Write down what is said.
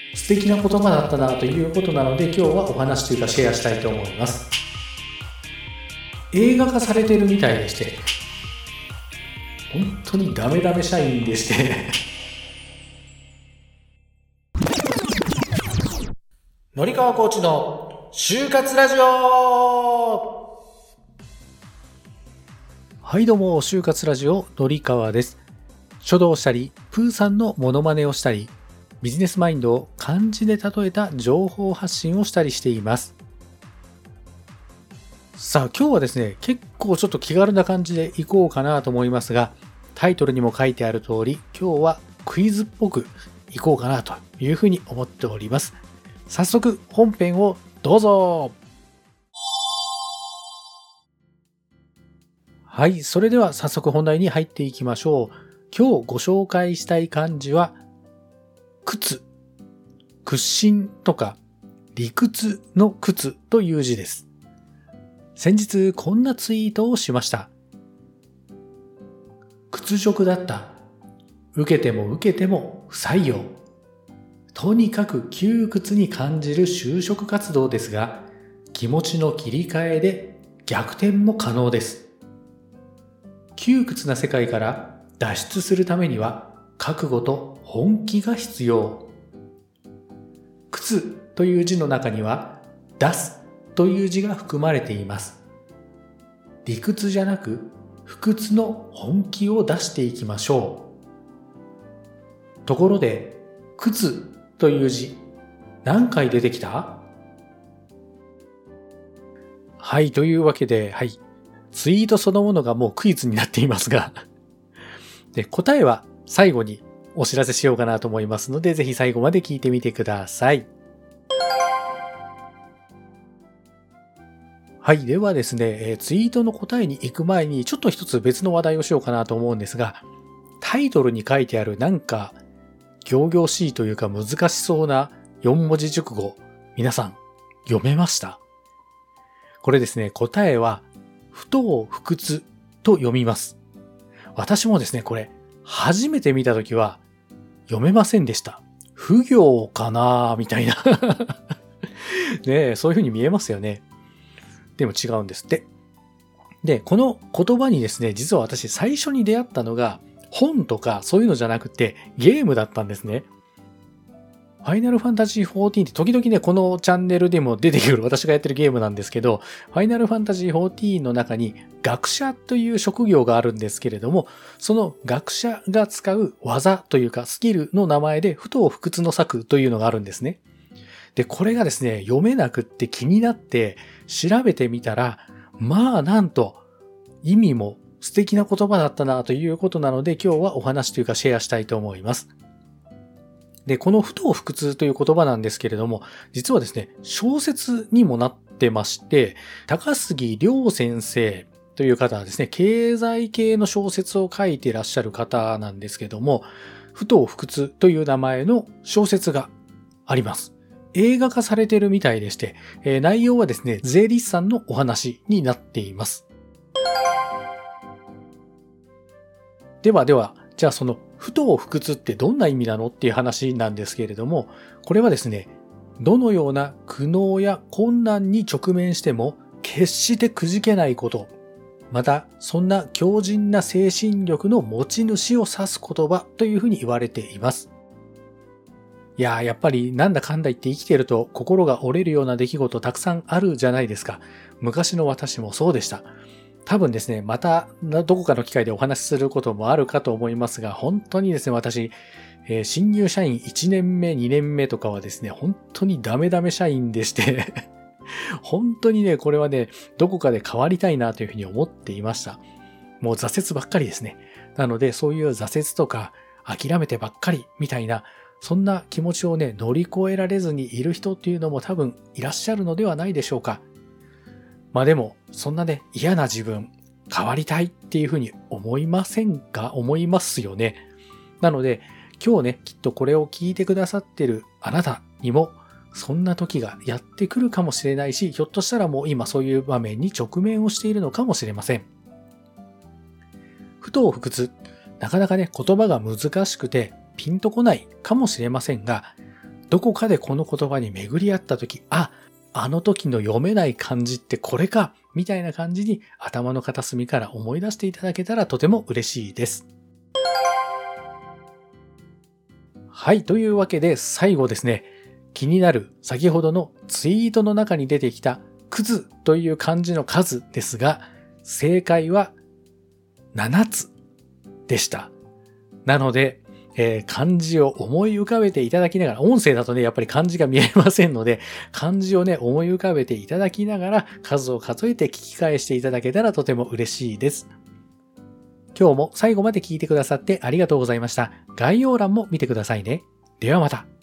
素敵な言葉だったなということなので、今日はお話というかシェアしたいと思います。映画化されてるみたいでして、本当にダメダメ社員でしてのりかわコーチの就活ラジオ。はいどうも、就活ラジオのりかわです。書道したりプーさんのモノマネをしたり、ビジネスマインドを漢字で例えた情報発信をしたりしています。さあ今日はですね、結構ちょっと気軽な感じでいこうかなと思いますが、タイトルにも書いてある通り、今日はクイズっぽくいこうかなというふうに思っております。早速本編をどうぞ。はい、それでは早速本題に入っていきましょう。今日ご紹介したい漢字は屈、屈伸とか理屈の屈という字です。先日こんなツイートをしました。屈辱だった。受けても受けても不採用。とにかく窮屈に感じる就職活動ですが、気持ちの切り替えで逆転も可能です。窮屈な世界から脱出するためには覚悟と本気が必要。屈という字の中には出すという字が含まれています。理屈じゃなく不屈の本気を出していきましょう。ところで屈という字何回出てきた？はい、というわけで、ツイートそのものがもうクイズになっていますがで、答えは最後にお知らせしようかなと思いますので、ぜひ最後まで聞いてみてください。はい。ではですね、ツイートの答えに行く前にちょっと一つ別の話題をしようかなと思うんですが、タイトルに書いてあるなんか仰々しいというか難しそうな4文字熟語、皆さん読めました？これですね、答えは不当不屈と読みます。私もですね、これ初めて見たときは読めませんでした。不行かなみたいなねえ、そういう風に見えますよね。でも違うんですって。で、この言葉にですね、実は私最初に出会ったのが本とかそういうのじゃなくてゲームだったんですね。ファイナルファンタジー14って時々ね、このチャンネルでも出てくる私がやってるゲームなんですけど、ファイナルファンタジー14の中に学者という職業があるんですけれども、その学者が使う技というかスキルの名前で不当不屈の策というのがあるんですね。で、これがですね、読めなくって気になって調べてみたら、なんと意味も素敵な言葉だったなということなので、今日はお話というかシェアしたいと思います。で、この不当不屈という言葉なんですけれども、実はですね、小説にもなってまして、高杉良先生という方はですね、経済系の小説を書いていらっしゃる方なんですけども、不当不屈という名前の小説があります。映画化されているみたいでして、内容はですね、税理士さんのお話になっています。では、じゃあその不当不屈ってどんな意味なのっていう話なんですけれども、これはですね、どのような苦悩や困難に直面しても決してくじけないこと、またそんな強靭な精神力の持ち主を指す言葉というふうに言われています。やっぱりなんだかんだ言って生きてると心が折れるような出来事たくさんあるじゃないですか。昔の私もそうでした。多分ですね、またどこかの機会でお話しすることもあるかと思いますが、本当にですね、私、新入社員1年目、2年目とかはですね、本当にダメダメ社員でして本当にね、これはね、どこかで変わりたいなというふうに思っていました。もう挫折ばっかりですね。なので、そういう挫折とか諦めてばっかりみたいな、そんな気持ちをね、乗り越えられずにいる人っていうのも多分いらっしゃるのではないでしょうか。でも、そんなね、嫌な自分、変わりたいっていうふうに思いませんか？思いますよね。なので、今日ね、きっとこれを聞いてくださってるあなたにも、そんな時がやってくるかもしれないし、ひょっとしたらもう今そういう場面に直面をしているのかもしれません。不当不屈、なかなかね、言葉が難しくてピンとこないかもしれませんが、 どこかでこの言葉に巡り合った時、あの時の読めない漢字ってこれかみたいな感じに頭の片隅から思い出していただけたらとても嬉しいです。はい、というわけで最後ですね、気になる先ほどのツイートの中に出てきたクズという漢字の数ですが、正解は7つでした。なので、漢字を思い浮かべていただきながら、音声だとね、やっぱり漢字が見えませんので、漢字をね、思い浮かべていただきながら、数を数えて聞き返していただけたらとても嬉しいです。今日も最後まで聞いてくださってありがとうございました。概要欄も見てくださいね。ではまた。